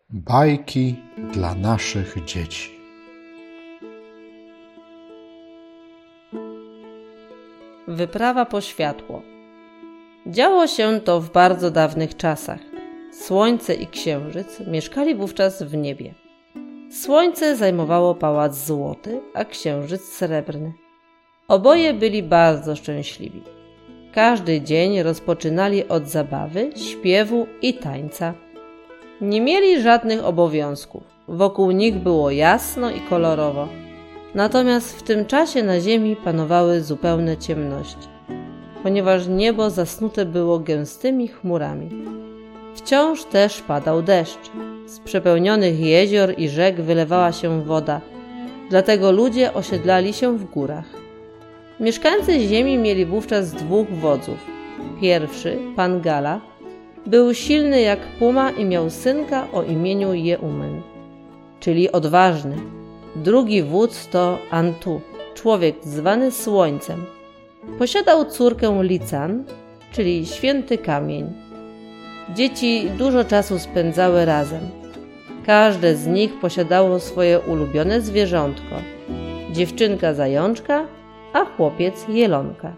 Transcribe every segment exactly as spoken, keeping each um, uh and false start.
Bajki dla naszych dzieci. Wyprawa po światło. Działo się to w bardzo dawnych czasach. Słońce i księżyc mieszkali wówczas w niebie. Słońce zajmowało pałac złoty, a księżyc srebrny. Oboje byli bardzo szczęśliwi. Każdy dzień rozpoczynali od zabawy, śpiewu i tańca. Nie mieli żadnych obowiązków. Wokół nich było jasno i kolorowo. Natomiast w tym czasie na ziemi panowały zupełne ciemności, ponieważ niebo zasnute było gęstymi chmurami. Wciąż też padał deszcz. Z przepełnionych jezior i rzek wylewała się woda, dlatego ludzie osiedlali się w górach. Mieszkańcy ziemi mieli wówczas dwóch wodzów. Pierwszy, pan Gala, był silny jak puma i miał synka o imieniu Jeumen, czyli odważny. Drugi wódz to Antu, człowiek zwany Słońcem. Posiadał córkę Lican, czyli święty kamień. Dzieci dużo czasu spędzały razem. Każde z nich posiadało swoje ulubione zwierzątko. Dziewczynka zajączka, a chłopiec jelonka.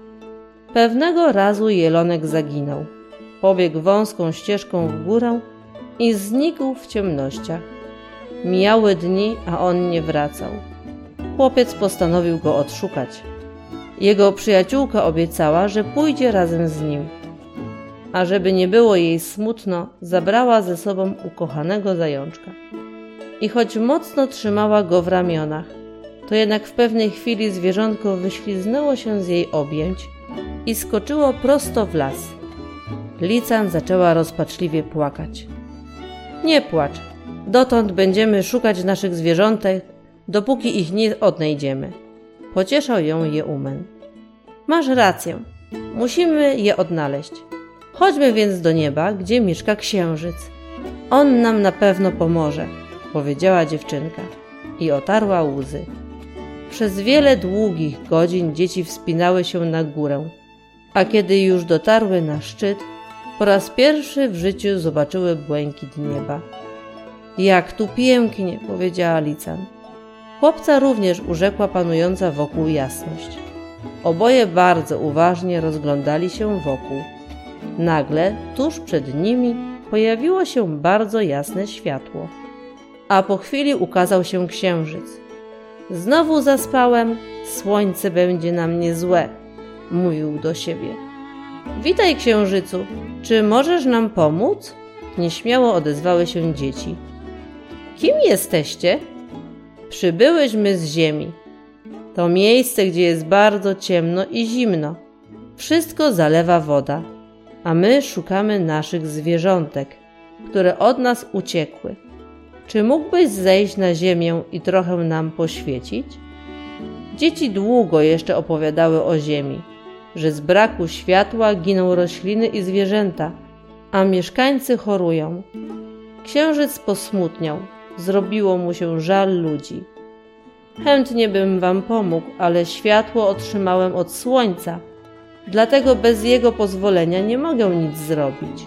Pewnego razu jelonek zaginął. Pobiegł wąską ścieżką w górę i znikł w ciemnościach. Mijały dni, a on nie wracał. Chłopiec postanowił go odszukać. Jego przyjaciółka obiecała, że pójdzie razem z nim. A żeby nie było jej smutno, zabrała ze sobą ukochanego zajączka. I choć mocno trzymała go w ramionach, to jednak w pewnej chwili zwierzątko wyśliznęło się z jej objęć i skoczyło prosto w las. Lican zaczęła rozpaczliwie płakać. Nie płacz, dotąd będziemy szukać naszych zwierzątek, dopóki ich nie odnajdziemy. Pocieszał ją Jeumen. Masz rację, musimy je odnaleźć. Chodźmy więc do nieba, gdzie mieszka księżyc. On nam na pewno pomoże, powiedziała dziewczynka i otarła łzy. Przez wiele długich godzin dzieci wspinały się na górę, a kiedy już dotarły na szczyt, po raz pierwszy w życiu zobaczyły błękit nieba. Jak tu pięknie, powiedziała Lican. Chłopca również urzekła panująca wokół jasność. Oboje bardzo uważnie rozglądali się wokół. Nagle, tuż przed nimi, pojawiło się bardzo jasne światło, a po chwili ukazał się księżyc. Znowu zaspałem, słońce będzie na mnie złe, mówił do siebie. Witaj, księżycu, czy możesz nam pomóc? Nieśmiało odezwały się dzieci. Kim jesteście? Przybyłyśmy z ziemi. To miejsce, gdzie jest bardzo ciemno i zimno. Wszystko zalewa woda, a my szukamy naszych zwierzątek, które od nas uciekły. Czy mógłbyś zejść na ziemię i trochę nam poświecić? Dzieci długo jeszcze opowiadały o ziemi, że z braku światła giną rośliny i zwierzęta, a mieszkańcy chorują. Księżyc posmutniał, zrobiło mu się żal ludzi. Chętnie bym wam pomógł, ale światło otrzymałem od słońca, dlatego bez jego pozwolenia nie mogę nic zrobić.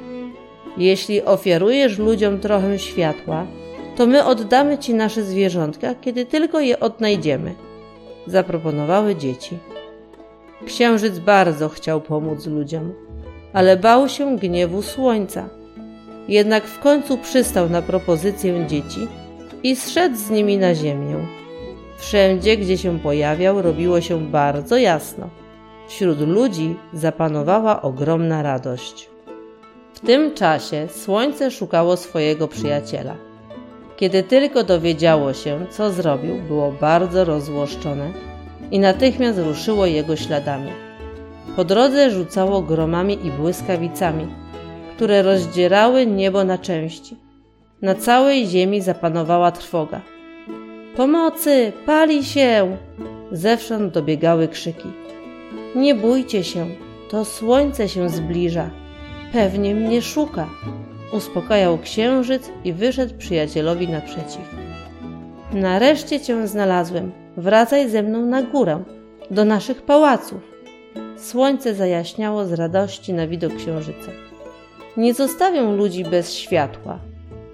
Jeśli ofiarujesz ludziom trochę światła, to my oddamy ci nasze zwierzątka, kiedy tylko je odnajdziemy, zaproponowały dzieci. Księżyc bardzo chciał pomóc ludziom, ale bał się gniewu słońca. Jednak w końcu przystał na propozycję dzieci i zszedł z nimi na ziemię. Wszędzie, gdzie się pojawiał, robiło się bardzo jasno. Wśród ludzi zapanowała ogromna radość. W tym czasie słońce szukało swojego przyjaciela. Kiedy tylko dowiedziało się, co zrobił, było bardzo rozzłoszczone i natychmiast ruszyło jego śladami. Po drodze rzucało gromami i błyskawicami, które rozdzierały niebo na części. Na całej ziemi zapanowała trwoga. Pomocy! Pali się! Zewsząd dobiegały krzyki. Nie bójcie się, to słońce się zbliża. Pewnie mnie szuka. Uspokajał księżyc i wyszedł przyjacielowi naprzeciw. Nareszcie cię znalazłem. Wracaj ze mną na górę, do naszych pałaców. Słońce zajaśniało z radości na widok księżyca. Nie zostawią ludzi bez światła.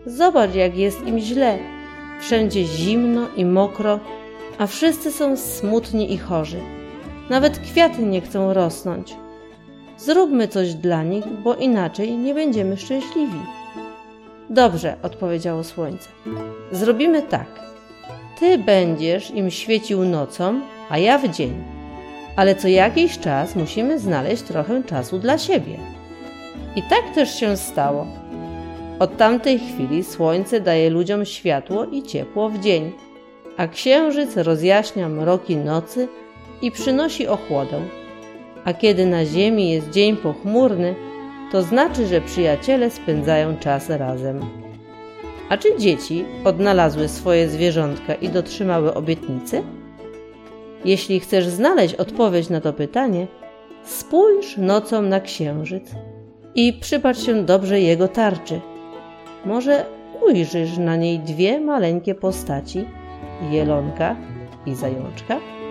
Zobacz, jak jest im źle. Wszędzie zimno i mokro, a wszyscy są smutni i chorzy. Nawet kwiaty nie chcą rosnąć. Zróbmy coś dla nich, bo inaczej nie będziemy szczęśliwi. Dobrze, odpowiedziało słońce. Zrobimy tak. Ty będziesz im świecił nocą, a ja w dzień. Ale co jakiś czas musimy znaleźć trochę czasu dla siebie. I tak też się stało. Od tamtej chwili słońce daje ludziom światło i ciepło w dzień, a księżyc rozjaśnia mroki nocy i przynosi ochłodę. A kiedy na ziemi jest dzień pochmurny, to znaczy, że przyjaciele spędzają czas razem. A czy dzieci odnalazły swoje zwierzątka i dotrzymały obietnicy? Jeśli chcesz znaleźć odpowiedź na to pytanie, spójrz nocą na księżyc i przypatrz się dobrze jego tarczy. Może ujrzysz na niej dwie maleńkie postaci, jelonka i zajączka?